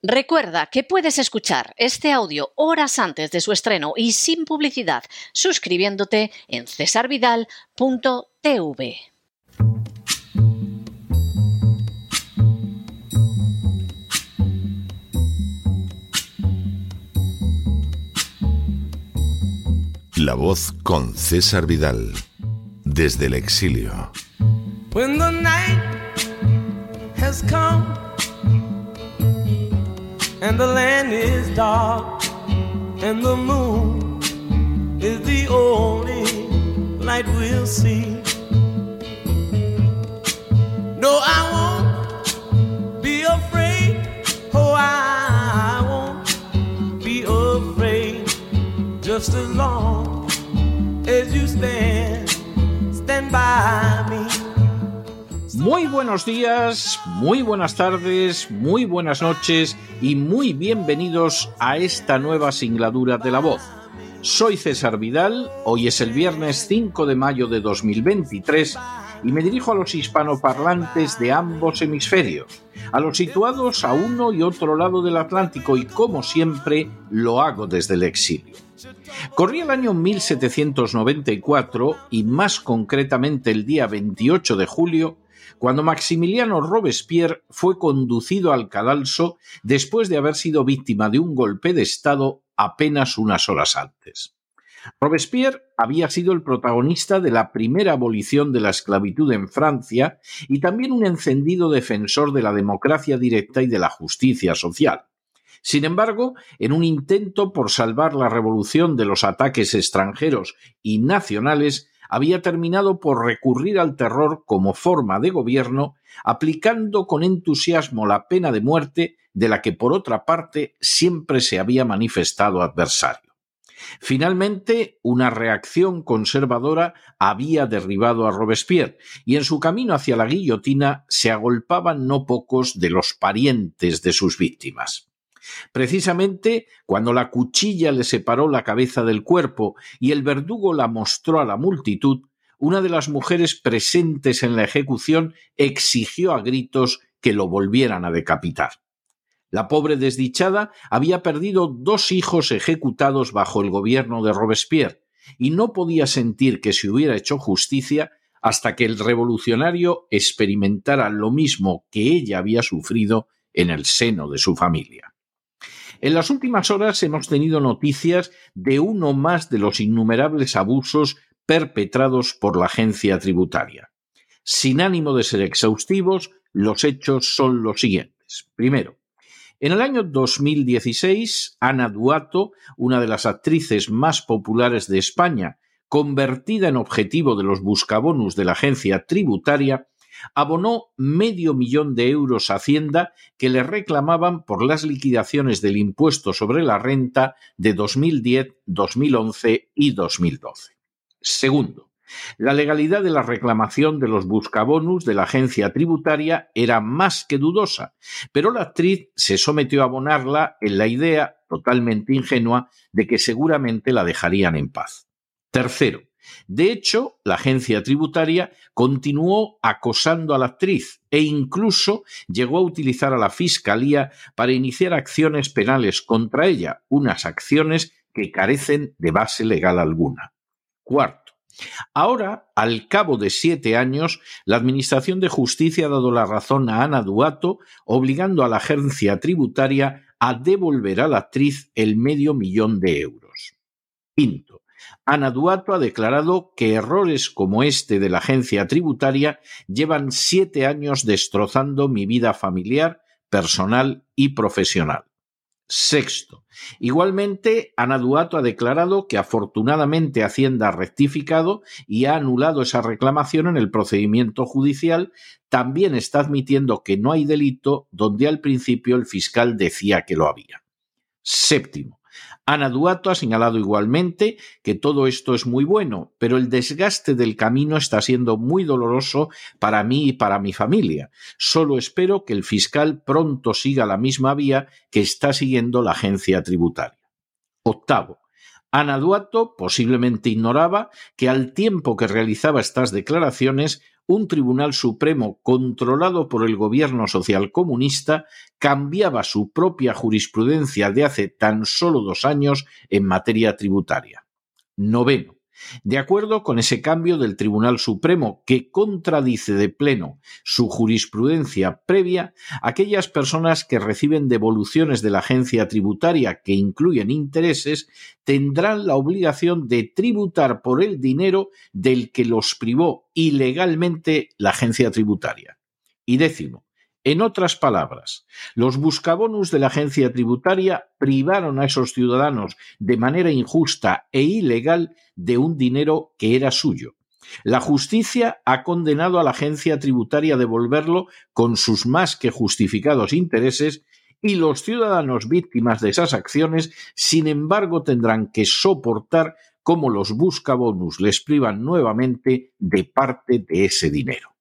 Recuerda que puedes escuchar este audio horas antes de su estreno y sin publicidad suscribiéndote en cesarvidal.tv. La Voz con César Vidal, desde el exilio. When the night has come and the land is dark and the moon is the only light we'll see. No, I won't be afraid. Oh, I won't be afraid. Just as long as you stand by me. Muy buenos días, muy buenas tardes, muy buenas noches y muy bienvenidos a esta nueva singladura de La Voz. Soy César Vidal, hoy es el viernes 5 de mayo de 2023 y me dirijo a los hispanoparlantes de ambos hemisferios, a los situados a uno y otro lado del Atlántico y, como siempre, lo hago desde el exilio. Corría el año 1794 y más concretamente el día 28 de julio, cuando Maximiliano Robespierre fue conducido al cadalso después de haber sido víctima de un golpe de Estado apenas unas horas antes. Robespierre había sido el protagonista de la primera abolición de la esclavitud en Francia y también un encendido defensor de la democracia directa y de la justicia social. Sin embargo, en un intento por salvar la revolución de los ataques extranjeros y nacionales, había terminado por recurrir al terror como forma de gobierno, aplicando con entusiasmo la pena de muerte, de la que por otra parte siempre se había manifestado adversario. Finalmente, una reacción conservadora había derribado a Robespierre y en su camino hacia la guillotina se agolpaban no pocos de los parientes de sus víctimas. Precisamente cuando la cuchilla le separó la cabeza del cuerpo y el verdugo la mostró a la multitud, una de las mujeres presentes en la ejecución exigió a gritos que lo volvieran a decapitar. La pobre desdichada había perdido 2 hijos ejecutados bajo el gobierno de Robespierre y no podía sentir que se hubiera hecho justicia hasta que el revolucionario experimentara lo mismo que ella había sufrido en el seno de su familia. En las últimas horas hemos tenido noticias de uno más de los innumerables abusos perpetrados por la agencia tributaria. Sin ánimo de ser exhaustivos, los hechos son los siguientes. Primero, en el año 2016, Ana Duato, una de las actrices más populares de España, convertida en objetivo de los buscabonus de la agencia tributaria, abonó $500,000 de euros a Hacienda que le reclamaban por las liquidaciones del impuesto sobre la renta de 2010, 2011 y 2012. Segundo, la legalidad de la reclamación de los buscabonus de la agencia tributaria era más que dudosa, pero la actriz se sometió a abonarla en la idea, totalmente ingenua, de que seguramente la dejarían en paz. Tercero, de hecho, la agencia tributaria continuó acosando a la actriz e incluso llegó a utilizar a la Fiscalía para iniciar acciones penales contra ella, unas acciones que carecen de base legal alguna. Cuarto, ahora, al cabo de 7 años, la Administración de Justicia ha dado la razón a Ana Duato, obligando a la agencia tributaria a devolver a la actriz el $500,000 de euros. Quinto, Ana Duato ha declarado que errores como este de la agencia tributaria llevan 7 años destrozando mi vida familiar, personal y profesional. Sexto, igualmente Ana Duato ha declarado que afortunadamente Hacienda ha rectificado y ha anulado esa reclamación en el procedimiento judicial. También está admitiendo que no hay delito donde al principio el fiscal decía que lo había. Séptimo, Ana Duato ha señalado igualmente que todo esto es muy bueno, pero el desgaste del camino está siendo muy doloroso para mí y para mi familia. Solo espero que el fiscal pronto siga la misma vía que está siguiendo la agencia tributaria. Octavo, Ana Duato posiblemente ignoraba que al tiempo que realizaba estas declaraciones, un Tribunal Supremo controlado por el gobierno socialcomunista cambiaba su propia jurisprudencia de hace tan solo 2 años en materia tributaria. Noveno. De acuerdo con ese cambio del Tribunal Supremo que contradice de pleno su jurisprudencia previa, aquellas personas que reciben devoluciones de la agencia tributaria que incluyen intereses tendrán la obligación de tributar por el dinero del que los privó ilegalmente la agencia tributaria. Y décimo. En otras palabras, los buscabonus de la agencia tributaria privaron a esos ciudadanos de manera injusta e ilegal de un dinero que era suyo. La justicia ha condenado a la agencia tributaria a devolverlo con sus más que justificados intereses y los ciudadanos víctimas de esas acciones, sin embargo, tendrán que soportar cómo los buscabonus les privan nuevamente de parte de ese dinero.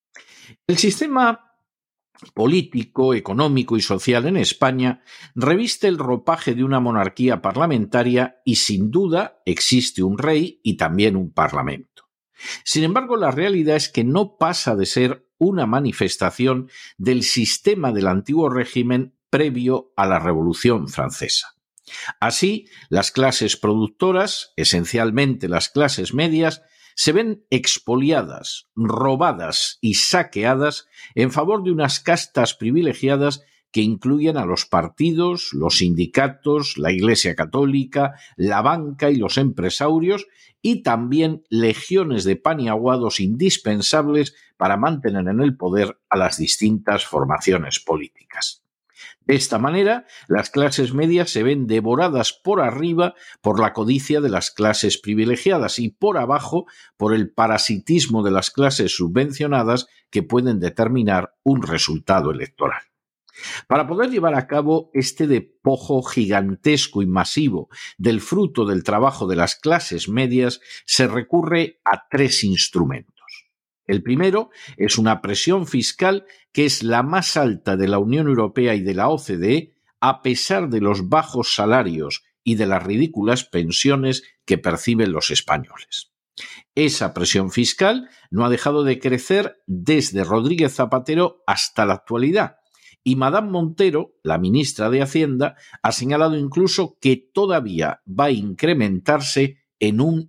El sistema político, económico y social en España reviste el ropaje de una monarquía parlamentaria y sin duda existe un rey y también un parlamento. Sin embargo, la realidad es que no pasa de ser una manifestación del sistema del antiguo régimen previo a la Revolución Francesa. Así, las clases productoras, esencialmente las clases medias, se ven expoliadas, robadas y saqueadas en favor de unas castas privilegiadas que incluyen a los partidos, los sindicatos, la Iglesia Católica, la banca y los empresarios, y también legiones de paniaguados indispensables para mantener en el poder a las distintas formaciones políticas. De esta manera, las clases medias se ven devoradas por arriba por la codicia de las clases privilegiadas y por abajo por el parasitismo de las clases subvencionadas que pueden determinar un resultado electoral. Para poder llevar a cabo este despojo gigantesco y masivo del fruto del trabajo de las clases medias, se recurre a 3 instrumentos. El primero es una presión fiscal que es la más alta de la Unión Europea y de la OCDE, a pesar de los bajos salarios y de las ridículas pensiones que perciben los españoles. Esa presión fiscal no ha dejado de crecer desde Rodríguez Zapatero hasta la actualidad, y Madame Montero, la ministra de Hacienda, ha señalado incluso que todavía va a incrementarse en un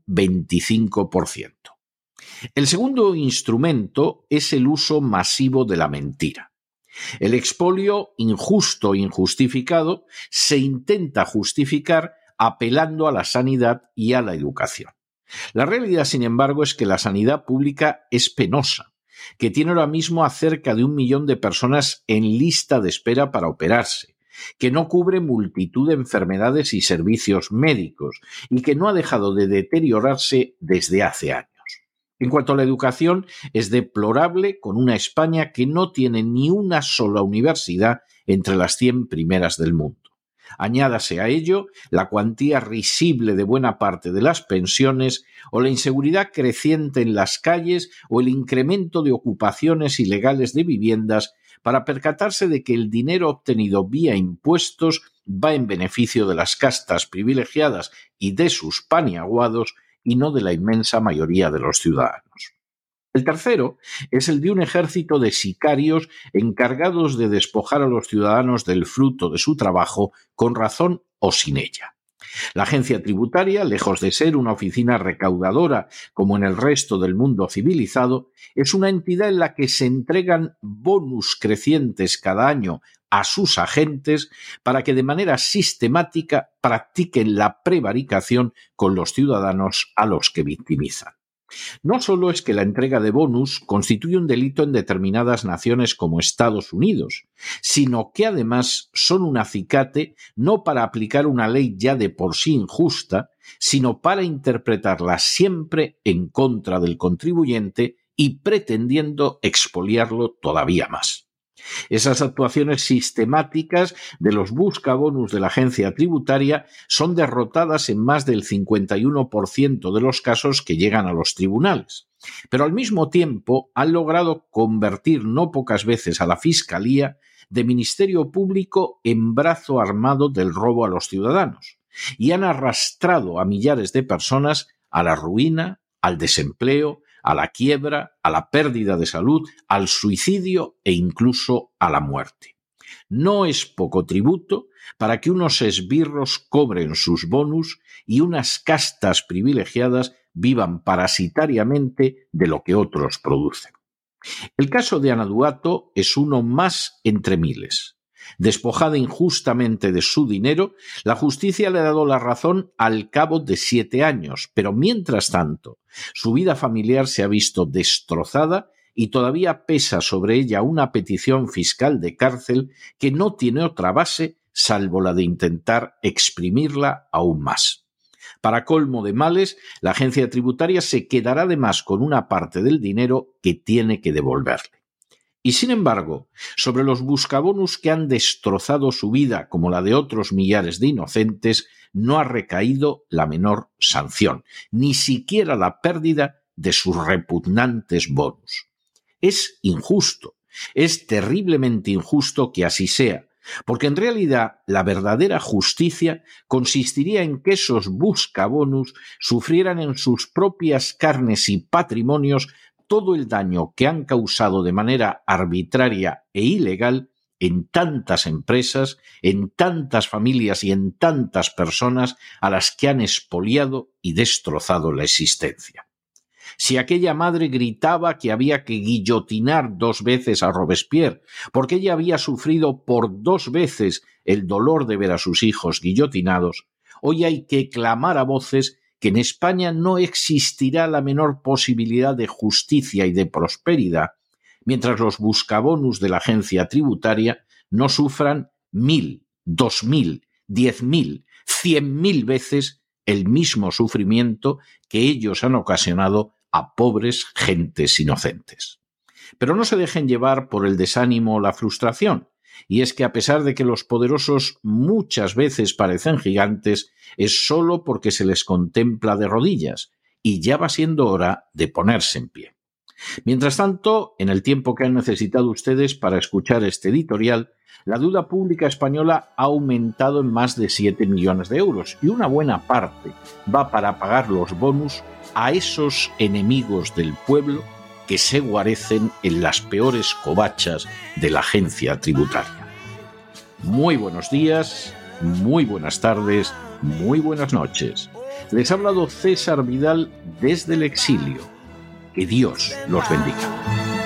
25%. El segundo instrumento es el uso masivo de la mentira. El expolio injusto e injustificado se intenta justificar apelando a la sanidad y a la educación. La realidad, sin embargo, es que la sanidad pública es penosa, que tiene ahora mismo a cerca de 1 millón de personas en lista de espera para operarse, que no cubre multitud de enfermedades y servicios médicos y que no ha dejado de deteriorarse desde hace años. En cuanto a la educación, es deplorable con una España que no tiene ni una sola universidad entre las 100 primeras del mundo. Añádase a ello la cuantía risible de buena parte de las pensiones o la inseguridad creciente en las calles o el incremento de ocupaciones ilegales de viviendas para percatarse de que el dinero obtenido vía impuestos va en beneficio de las castas privilegiadas y de sus paniaguados y no de la inmensa mayoría de los ciudadanos. El tercero es el de un ejército de sicarios encargados de despojar a los ciudadanos del fruto de su trabajo con razón o sin ella. La agencia tributaria, lejos de ser una oficina recaudadora como en el resto del mundo civilizado, es una entidad en la que se entregan bonus crecientes cada año a sus agentes para que de manera sistemática practiquen la prevaricación con los ciudadanos a los que victimizan. No solo es que la entrega de bonus constituye un delito en determinadas naciones como Estados Unidos, sino que además son un acicate no para aplicar una ley ya de por sí injusta, sino para interpretarla siempre en contra del contribuyente y pretendiendo expoliarlo todavía más. Esas actuaciones sistemáticas de los buscabonus de la agencia tributaria son derrotadas en más del 51% de los casos que llegan a los tribunales, pero al mismo tiempo han logrado convertir no pocas veces a la Fiscalía de Ministerio Público en brazo armado del robo a los ciudadanos y han arrastrado a millares de personas a la ruina, al desempleo, a la quiebra, a la pérdida de salud, al suicidio e incluso a la muerte. No es poco tributo para que unos esbirros cobren sus bonus y unas castas privilegiadas vivan parasitariamente de lo que otros producen. El caso de Ana Duato es uno más entre miles. Despojada injustamente de su dinero, la justicia le ha dado la razón al cabo de 7 años, pero mientras tanto, su vida familiar se ha visto destrozada y todavía pesa sobre ella una petición fiscal de cárcel que no tiene otra base salvo la de intentar exprimirla aún más. Para colmo de males, la agencia tributaria se quedará además con una parte del dinero que tiene que devolverle. Y sin embargo, sobre los buscabonus que han destrozado su vida, como la de otros millares de inocentes, no ha recaído la menor sanción, ni siquiera la pérdida de sus repugnantes bonus. Es injusto, es terriblemente injusto que así sea, porque en realidad la verdadera justicia consistiría en que esos buscabonus sufrieran en sus propias carnes y patrimonios todo el daño que han causado de manera arbitraria e ilegal en tantas empresas, en tantas familias y en tantas personas a las que han expoliado y destrozado la existencia. Si aquella madre gritaba que había que guillotinar 2 veces a Robespierre, porque ella había sufrido por 2 veces el dolor de ver a sus hijos guillotinados, hoy hay que clamar a voces que en España no existirá la menor posibilidad de justicia y de prosperidad, mientras los buscabonus de la agencia tributaria no sufran 1.000, 2.000, 10.000, 100.000 veces el mismo sufrimiento que ellos han ocasionado a pobres gentes inocentes. Pero no se dejen llevar por el desánimo o la frustración, y es que a pesar de que los poderosos muchas veces parecen gigantes, es solo porque se les contempla de rodillas, y ya va siendo hora de ponerse en pie. Mientras tanto, en el tiempo que han necesitado ustedes para escuchar este editorial, la deuda pública española ha aumentado en más de 7 millones de euros, y una buena parte va para pagar los bonus a esos enemigos del pueblo que se guarecen en las peores covachas de la agencia tributaria. Muy buenos días, muy buenas tardes, muy buenas noches. Les ha hablado César Vidal desde el exilio. Que Dios los bendiga.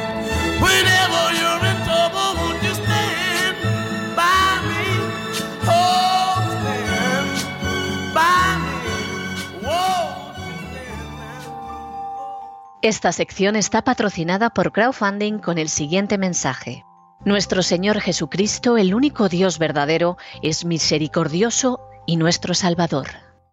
Esta sección está patrocinada por crowdfunding con el siguiente mensaje. Nuestro Señor Jesucristo, el único Dios verdadero, es misericordioso y nuestro Salvador.